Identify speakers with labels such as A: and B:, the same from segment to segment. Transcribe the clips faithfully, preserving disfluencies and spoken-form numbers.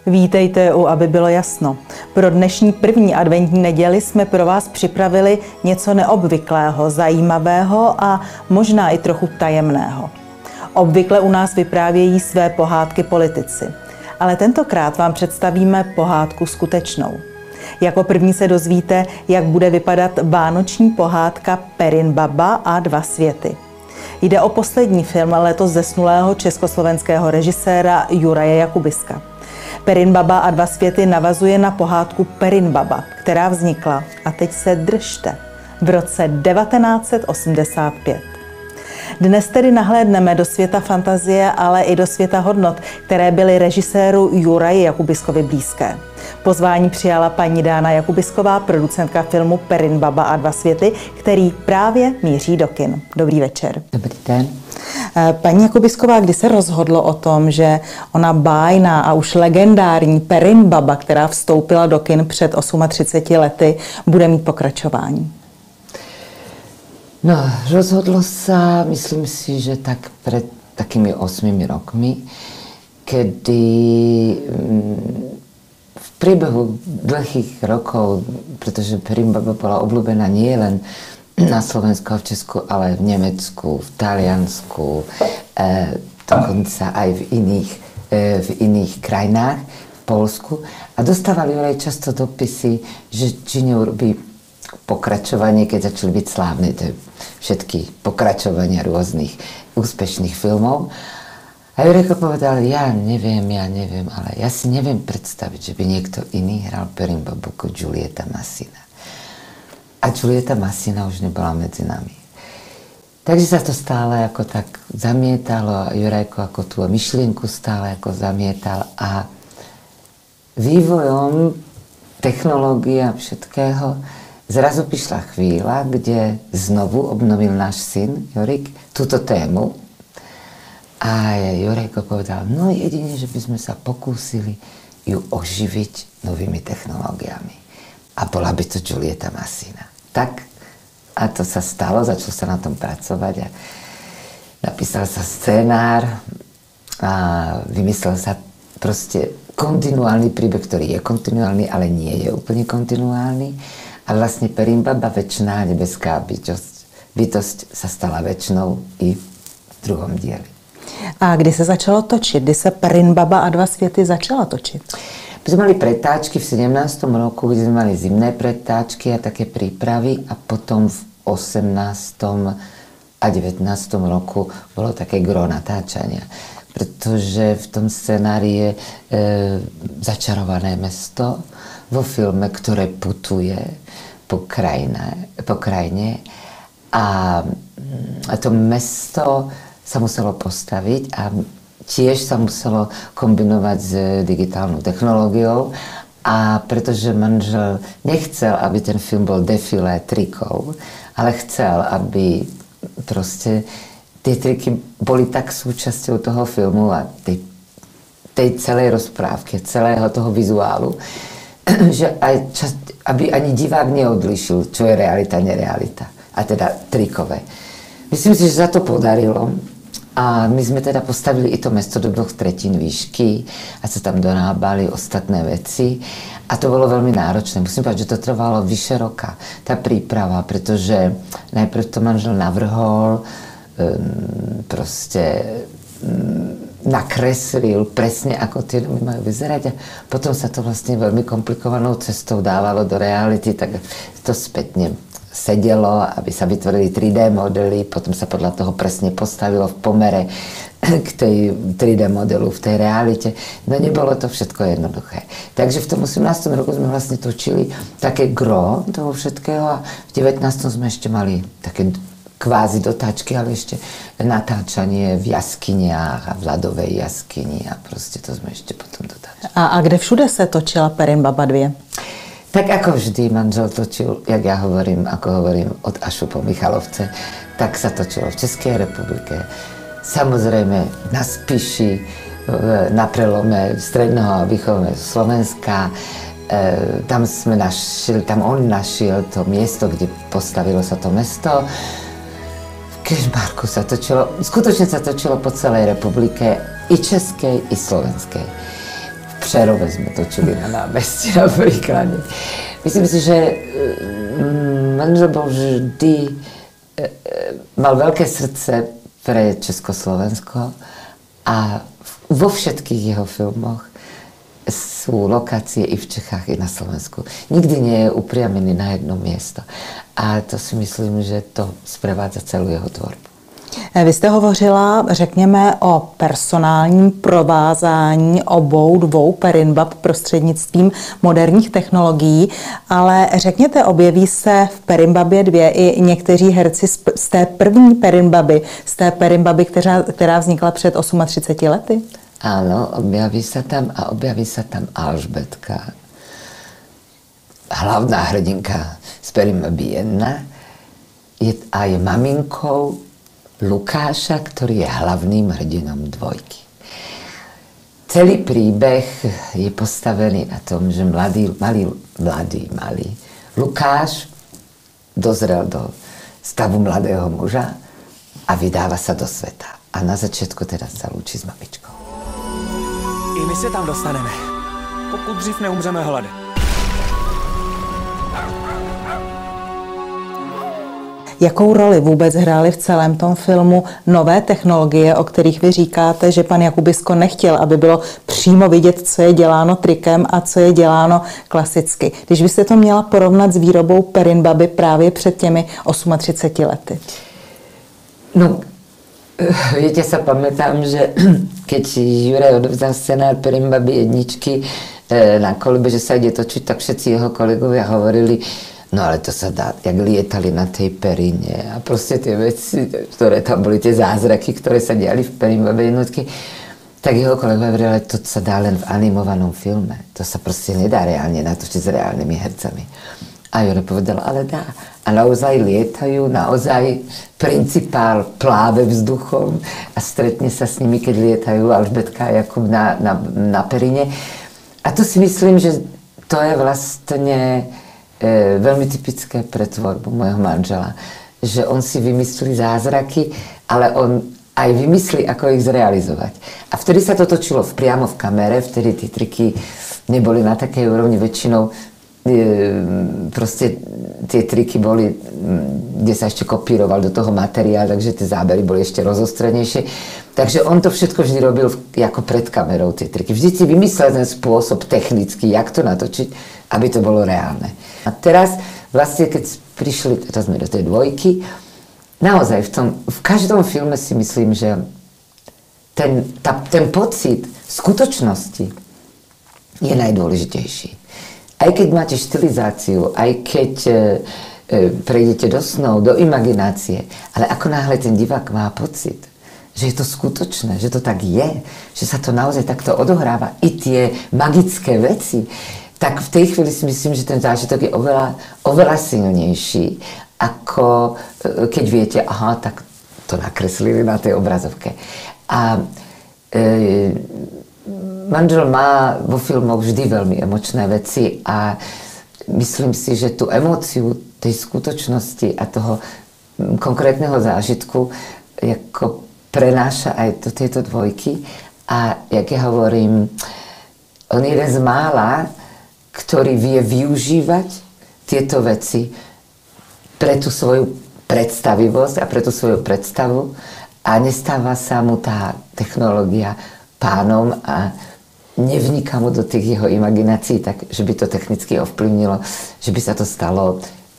A: Vítejte u Aby bylo jasno. Pro dnešní první adventní neděli jsme pro vás připravili něco neobvyklého, zajímavého a možná i trochu tajemného. Obvykle u nás vyprávějí své pohádky politici, ale tentokrát vám představíme pohádku skutečnou. Jako první se dozvíte, jak bude vypadat vánoční pohádka Perin baba a dva světy. Jde o poslední film letos zesnulého československého režiséra Juraje Jakubiska. Perin baba a dva světy navazuje na pohádku Perin baba, která vznikla, a teď se držte, v roce devatenáct set osmdesát pět. Dnes tedy nahlédneme do světa fantazie, ale i do světa hodnot, které byly režiséru Juraji Jakubiskovi blízké. Pozvání přijala paní Dána Jakubisková, producentka filmu Perin baba a dva světy, který právě míří do kin. Dobrý večer.
B: Dobrý den.
A: Paní Jakubisková, kdy se rozhodlo o tom, že ona bájná a už legendární Perin baba, která vstoupila do kin před třiceti osmi lety, bude mít pokračování?
B: No, rozhodlo se, myslím si, že tak před takými osmými rokmi, kedy v priebehu dlhých rokov, protože Perin baba bola obľúbená nie len na Slovensku a v Česku, ale v Německu, v Taliansku, eh, dokonca aj v iných, eh, v iných krajinách, v Polsku. A dostávali aj často dopisy, že či neurobí pokračovanie, keď začali byť slávne, to je všetky pokračovania rôznych úspešných filmov. A Jureko povedal, ja neviem, ja neviem, ale ja si neviem predstaviť, že by niekto iný hral Perin babu ako Giulietta Massina. A Giulietta Massina už nebola medzi nami. Takže sa to stále ako tak zamietalo a Jurajko ako tú myšlienku stále ako zamietal a vývojom technológie a všetkého zrazu prišla chvíľa, kde znovu obnovil náš syn Jorik túto tému a Jurajko povedal, no jedine, že by sme sa pokúsili ju oživiť novými technológiami. A bola by to Giulietta Massina. Tak, a to sa stalo, začal sa na tom pracovať a napísal sa scénár a vymyslel sa proste kontinuálny príbeh, ktorý je kontinuálny, ale nie je úplne kontinuálny. A vlastne Perin baba, večná nebeská bytosť, bytosť sa stala večnou i v druhom dieli.
A: A kdy se začalo točit? Kdy se Perin baba a dva světy začala točit?
B: My sme mali pretáčky v sedemnástom roku, kde sme mali zimné pretáčky a také prípravy a potom v osemnástom a devätnástom roku bolo také gro natáčania. Pretože v tom scenári je e, začarované mesto vo filme, ktoré putuje po krajine, po krajine a, a to mesto sa muselo postaviť a tiež sa muselo kombinovať s digitálnou technológiou a pretože manžel nechcel, aby ten film bol defilé trikov, ale chcel, aby proste tie triky boli tak súčasťou toho filmu a tej, tej celej rozprávky, celého toho vizuálu, že aj čas, aby ani divák neodlišil, čo je realita, nerealita. A teda trikové. Myslím si, že sa to podarilo. A my sme teda postavili i to mesto do dvoch tretín výšky a sa tam dorábali ostatné veci. A to bolo veľmi náročné. Musím povedať, že to trvalo vyše roka, tá príprava, pretože najprv to manžel navrhol, um, proste um, nakreslil presne, ako tie domy majú vyzerať a potom sa to vlastne veľmi komplikovanou cestou dávalo do reality, tak to spätne sedelo, aby sa vytvorili tri dé modely, potom sa podľa toho presne postavilo v pomere k tej tri dé modelu v tej realite. No nebolo to všetko jednoduché. Takže v tom osemnástom roku sme vlastne točili také gro toho všetkého a v devätnástom sme ešte mali také kvázi dotáčky, ale ešte natáčanie v jaskyniach a v ľadovej jaskyni a proste to sme ešte potom dotáčali.
A: A, a kde všude se točila Perin baba dva?
B: Tak ako vždy manžel točil, jak ja hovorím, ako hovorím, od Ašu po Michalovce, tak sa točilo v Českej republike. Samozrejme na Spiši, na prelome stredného a východného Slovenska. E, tam sme našli, tam on našiel to miesto, kde postavilo sa to mesto. V Kežmarku sa točilo, skutočne sa točilo po celej republike, i českej, i slovenskej. V Přerove sme točili na námestí napríklad. Myslím si, že manžel bol vždy, mal veľké srdce pre Československo a vo všetkých jeho filmoch sú lokácie i v Čechách, i na Slovensku. Nikdy nie je upriamený na jedno miesto. A to si myslím, že to sprevádza celú jeho tvorbu.
A: Vy jste hovořila, řekněme, o personálním provázání obou dvou Perinbab prostřednictvím moderních technologií, ale řekněte, objeví se v Perinbabě dvě i někteří herci z té první Perinbaby, z té Perinbaby, která, která vznikla před třiceti osmi lety?
B: Áno, objaví sa tam a objaví sa tam Alžbetka, hlavná hrdinka z Perinbaby jedna je, a je maminkou Lukáša, ktorý je hlavným hrdinom dvojky. Celý príbeh je postavený na tom, že mladý, malý, mladý, malý Lukáš dozrel do stavu mladého muža a vydáva sa do sveta. A na začiatku teda sa lúči s mamičkou.
C: I my se tam dostaneme, pokud dřív neumřeme hladem.
A: Jakou roli vůbec hrály v celém tom filmu nové technologie, o kterých vy říkáte, že pan Jakubisko nechtěl, aby bylo přímo vidět, co je děláno trikem a co je děláno klasicky. Když byste to měla porovnat s výrobou Perinbaby právě před těmi třiceti osmi lety.
B: No, viete, sa pamätám, že keď Juraj odovzdal scenár Perinbaby jedničky na kolbe, že sa ide točiť, tak všetci jeho kolegovia hovorili, no ale to sa dá, jak lietali na tej perine a proste tie veci, ktoré tam boli, tie zázraky, ktoré sa diali v Perinbabe jednotky, tak jeho kolegovia hovorili, ale to sa dá len v animovanom filme. To sa proste nedá reálne natočiť s reálnymi hercami. A Juraj povedal, ale dá. A naozaj lietajú, naozaj principál pláve vzduchom a stretne sa s nimi, keď lietajú Alžbetka a Jakub na, na, na perine. A to si myslím, že to je vlastne e, veľmi typické pre tvorbu môjho manžela. Že on si vymyslí zázraky, ale on aj vymyslí, ako ich zrealizovať. A vtedy sa to točilo v, priamo v kamere, vtedy tie triky neboli na takej úrovni väčšinou. Proste tie triky boli, kde sa ešte kopíroval do toho materiál, takže tie zábery boli ešte rozostrenejšie. Takže on to všetko vždy robil ako pred kamerou, tie triky. Vždy si vymyslel ten spôsob technický, jak to natočiť, aby to bolo reálne. A teraz vlastne, keď prišli, teraz sme do tej dvojky, naozaj v tom, v každom filme si myslím, že ten, tá, ten pocit skutočnosti je najdôležitejší. Aj keď máte štilizáciu, aj keď e, e, prejdete do snov, do imaginácie, ale ako náhle ten divák má pocit, že je to skutočné, že to tak je, že sa to naozaj takto odohráva, i tie magické veci, tak v tej chvíli si myslím, že ten zážitok je oveľa, oveľa silnejší, ako e, keď viete, aha, tak to nakreslili na tej obrazovke. A e, manžel má vo filmoch vždy veľmi emočné veci a myslím si, že tú emóciu tej skutočnosti a toho konkrétneho zážitku ako prenáša aj do tejto dvojky. A jak ja hovorím, on je jeden z mála, ktorý vie využívať tieto veci pre tú svoju predstavivosť a pre tú svoju predstavu a nestáva sa mu tá technológia pánom a nevniká mu do tých jeho imaginácií, tak, že by to technicky ovplyvnilo, že by sa to stalo,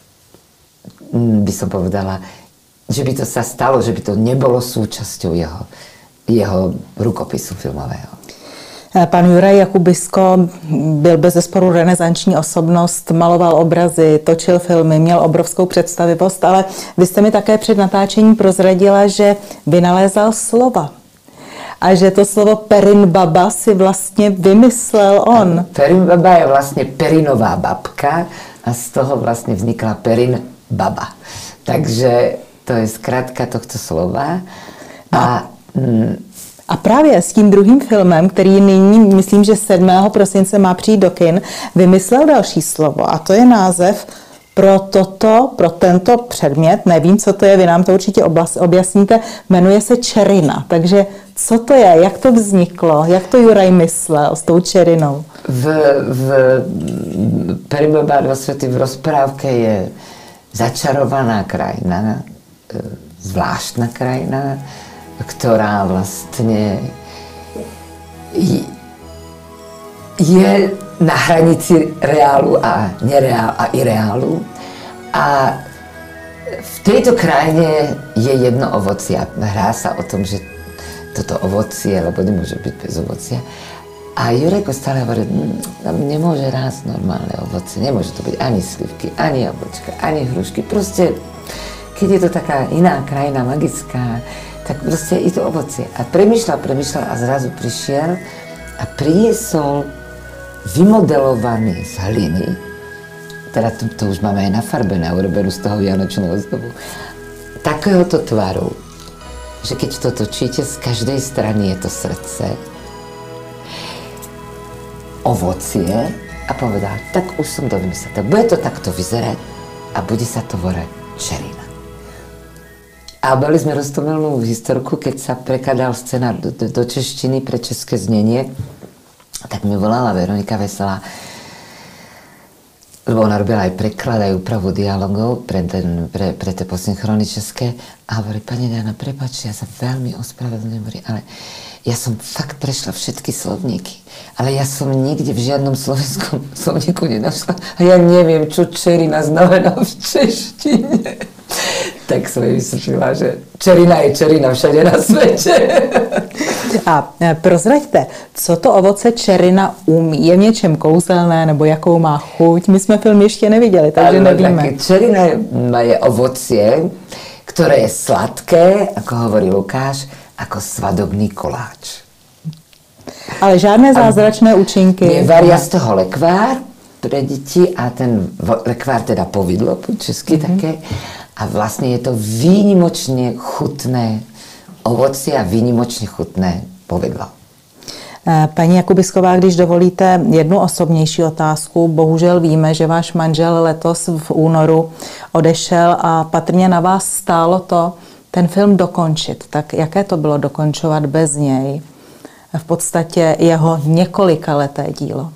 B: by som povedala, že by to sa stalo, že by to nebolo súčasťou jeho, jeho rukopisu filmového.
A: Pan Juraj Jakubisko byl bezesporu renesanční osobnost, maloval obrazy, točil filmy, měl obrovskou představivost, ale vy jste mi také před natáčením prozradila, že vynalézal slova. A že to slovo Perinbaba si vlastně vymyslel on.
B: Perinbaba je vlastně perinová babka a z toho vlastně vznikla Perinbaba. Takže to je zkrátka tohto slova. A, a, mm,
A: a právě s tím druhým filmem, který nyní, myslím, že sedmého prosince má přijít do kin, vymyslel další slovo. A to je název pro toto, pro tento předmět, nevím, co to je, vy nám to určitě objasníte, jmenuje se čerina. Takže Co to je? Jak to vzniklo? Jak to Juraj myslel s tou čerinou?
B: V, v Peribaba a dva světy v rozprávke je začarovaná krajina, zvláštna krajina, ktorá vlastne je na hranici reálu a nereálu a ireálu. A v tejto krajine je jedno ovocie. Hrá sa o tom, že toto ovocie, lebo nemôže byť bez ovocia. A Jurajko stále hovorí, tam nemôže rásť normálne ovocie, nemôže to byť ani slivky, ani jablčka, ani hrušky. Proste, keď je to taká iná krajina, magická, tak proste je to ovocie. A premýšľal, premýšľal a zrazu prišiel a priniesol vymodelovaný z hliny, teda to, to už máme aj nafarbené, urobenú z toho vianočnú ozdobu, takéhoto tvaru, že keď to točíte, z každej strany je to srdce, ovocie a povedal, tak už som to vymyslel, tak bude to takto vyzerať a bude sa to volať čerina. A boli sme roztomilnú historku, keď sa prekladal scenár do, do, do češtiny pre české znenie, tak mi volala Veronika Veselá, lebo ona robila aj preklad, aj úpravu dialogov pre, ten, pre, pre tie posynchrony české a hovorí, pani Diana, prepáč, ja sa veľmi ospravedlňujem, ale ja som fakt prešla všetky slovníky, ale ja som nikde v žiadnom slovenskom slovníku nenašla a ja neviem, čo čerina znamená v češtine. Tak som jej vysvetlila, že čerina je čerina všade na svete.
A: A prozraďte, co to ovoce čerina umí? Je v něčem kouzelné, nebo jakou má chuť? My jsme film ještě neviděli, takže
B: ale
A: nevíme.
B: Také čerina je ovocie, ktoré je sladké, ako hovorí Lukáš, ako svadobný koláč.
A: Ale žádné zázračné účinky.
B: Je varia z toho lekvár pre deti a ten lekvár teda povidlo po česky mm-hmm. také. A vlastně je to výnimočně chutné ovoci a výnimočně chutné povidlo.
A: Paní Jakubisková, když dovolíte jednu osobnější otázku, bohužel víme, že váš manžel letos v únoru odešel a patrně na vás stálo to ten film dokončit. Tak jaké to bylo dokončovat bez něj? V podstatě jeho několikaleté dílo.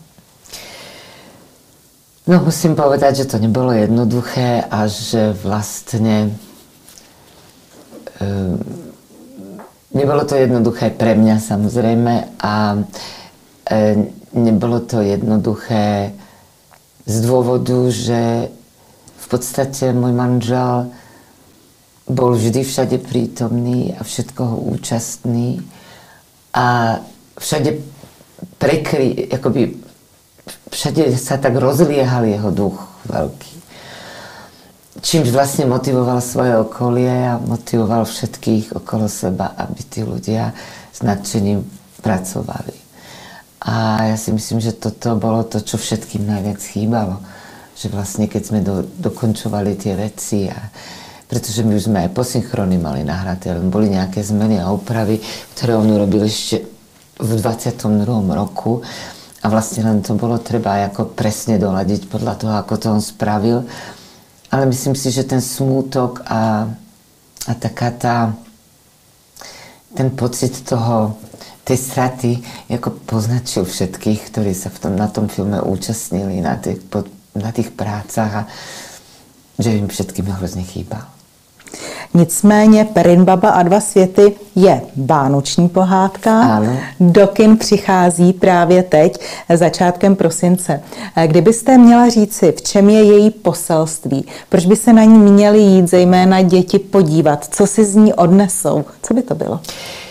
B: No musím povedať, že to nebolo jednoduché a že vlastne e, nebolo to jednoduché pre mňa samozrejme a e, nebolo to jednoduché z dôvodu, že v podstate môj manžel bol vždy všade prítomný a všetkoho účastný a všade prekry, akoby všade sa tak rozliehal jeho duch veľký. Čímž vlastne motivoval svoje okolie a motivoval všetkých okolo seba, aby tí ľudia s nadšením pracovali. A ja si myslím, že toto bolo to, čo všetkým najviac chýbalo. Že vlastne keď sme do, dokončovali tie veci a pretože my už sme aj posynchrony mali nahraté, ale boli nejaké zmeny a úpravy, ktoré on urobil ešte v dvadsiatom druhom roku. A vlastne len to bolo treba ako presne doladiť podľa toho, ako to on spravil. Ale myslím si, že ten smútok a, a taká tá, ten pocit toho, tej straty ako poznačil všetkých, ktorí sa v tom, na tom filme účastnili, na tých, na tých prácach a že im všetkým hrozně chýbal.
A: Nicméně Perinbaba a dva světy je vánoční pohádka.
B: Ano.
A: Do kin přichází právě teď, začátkem prosince. Kdybyste měla říci, v čem je její poselství, proč by se na ní měly jít zejména děti podívat, co si z ní odnesou, co by to bylo?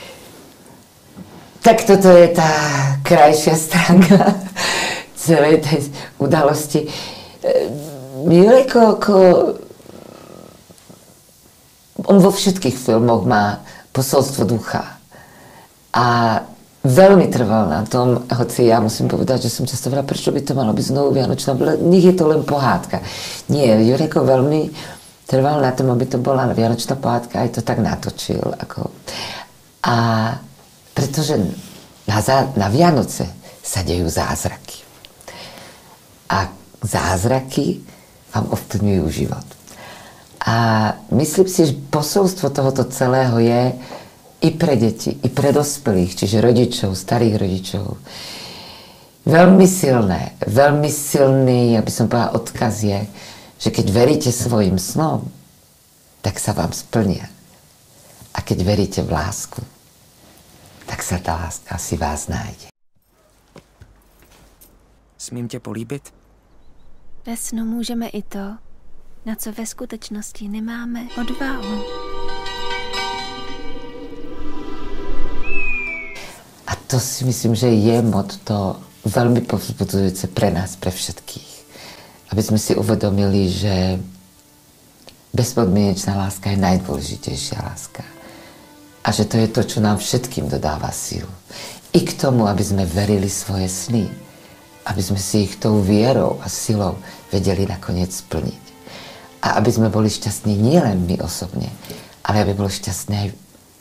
B: Tak toto je tá krajšia stránka celej tej udalosti. Jurajko, ako on vo všetkých filmoch má posolstvo ducha. A veľmi trval na tom, hoci ja musím povedať, že som často veľa, prečo by to malo byť znovu vianočná, nech je to len pohádka. Nie, Jurajko veľmi trval na tom, aby to bola vianočná pohádka, aj to tak natočil. Ako. A pretože na, na Vianoce sa dejú zázraky. A zázraky vám ovplyvňujú život. A myslím si, že posolstvo tohoto celého je, i pre deti, i pre dospelých, čiže rodičov, starých rodičov. Veľmi silné, veľmi silný, aby som povedala, odkaz je, že keď veríte svojim snom, tak sa vám splnia. A keď veríte v lásku, tak sa ta láska si vás najde.
C: Smím tě políbit?
D: Ve snu můžeme i to, na co ve skutečnosti nemáme odvahu.
B: A to si myslím, že je motto veľmi povzbudzujúce pre nás, pre všetkých. Aby sme si uvedomili, že bezpodmienečná láska je najdôležitejšia láska. A že to je to, čo nám všetkým dodáva sílu. I k tomu, aby sme verili svoje sny. Aby sme si ich tou vierou a silou vedeli nakoniec splniť. A aby sme boli šťastní nielen my osobne, ale aby bolo šťastné aj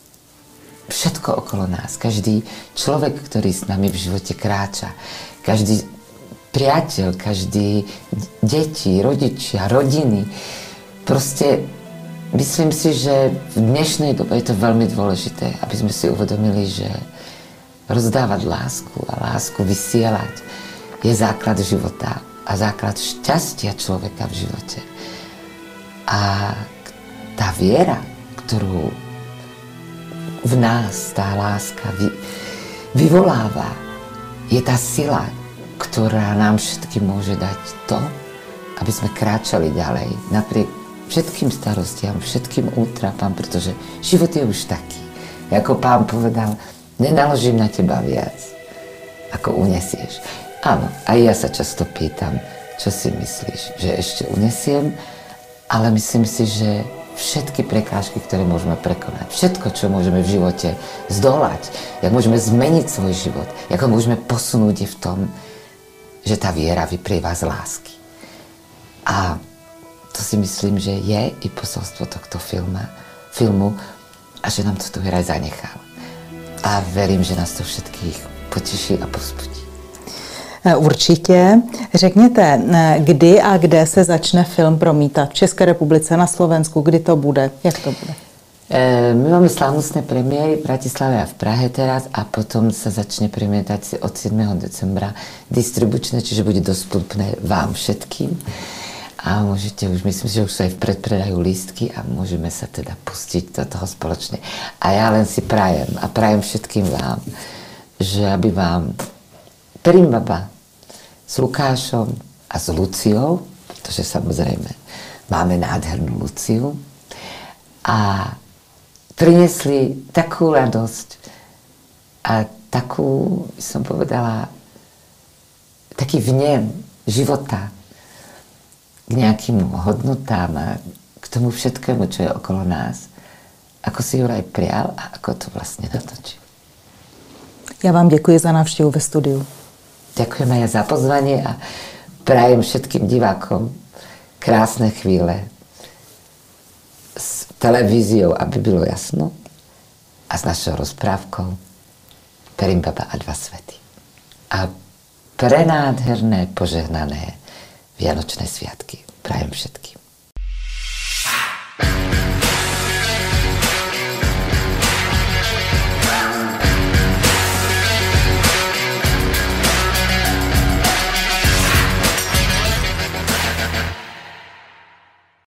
B: všetko okolo nás. Každý človek, ktorý s nami v živote kráča. Každý priateľ, každý deti, rodičia, rodiny. Proste myslím si, že v dnešnej dobe je to veľmi dôležité, aby sme si uvedomili, že rozdávať lásku a lásku vysielať je základ života a základ šťastia človeka v živote. A tá viera, ktorú v nás tá láska vy, vyvoláva, je tá sila, ktorá nám všetkým môže dať to, aby sme kráčali ďalej napriek všetkým starostiam, všetkým útrapám, pretože život je už taký. Ako Pán povedal, nenaložím na teba viac, ako unesieš. Áno, aj ja sa často pýtam, čo si myslíš, že ešte unesiem, ale myslím si, že všetky prekážky, ktoré môžeme prekonať, všetko, čo môžeme v živote zdolať, jak môžeme zmeniť svoj život, jak ho môžeme posunúť, je v tom, že tá viera vyprieva z lásky. A to si myslím, že je i posolstvo tohto filma, filmu a že nám to tu aj zanechal. A verím, že nás to všetkých poteší a povzbudí.
A: Určitě. Řekněte, kdy a kde se začne film promítat? V České republice, na Slovensku, kdy to bude? Jak to bude?
B: My máme slávnostné premiéry v Bratislave a v Prahe teraz a potom sa začne premietať od siedmeho decembra distribučné, čiže bude dostupné vám všetkým. A môžete už, myslím si, že už sú aj v predpredajú lístky a môžeme sa teda pustiť do toho spoločne. A ja len si prajem a prajem všetkým vám, že aby vám Perimbaba s Lukášom a s Luciou, pretože samozrejme máme nádhernú Luciu, a priniesli takú radosť a takú, som povedala, taký vnem života k nejakým hodnotám a k tomu všetkému, čo je okolo nás, ako si Juraj prial a ako to vlastne natočil.
A: Já vám děkuji za návštěvu ve studiu.
B: Ďakujem aj za pozvanie a prajem všetkým divákom krásne chvíle s televíziou, aby bylo jasno, a s našou rozprávkou Perimbaba a dva svety. A prenádherné, požehnané Vianočné sviatky prajem všetkým.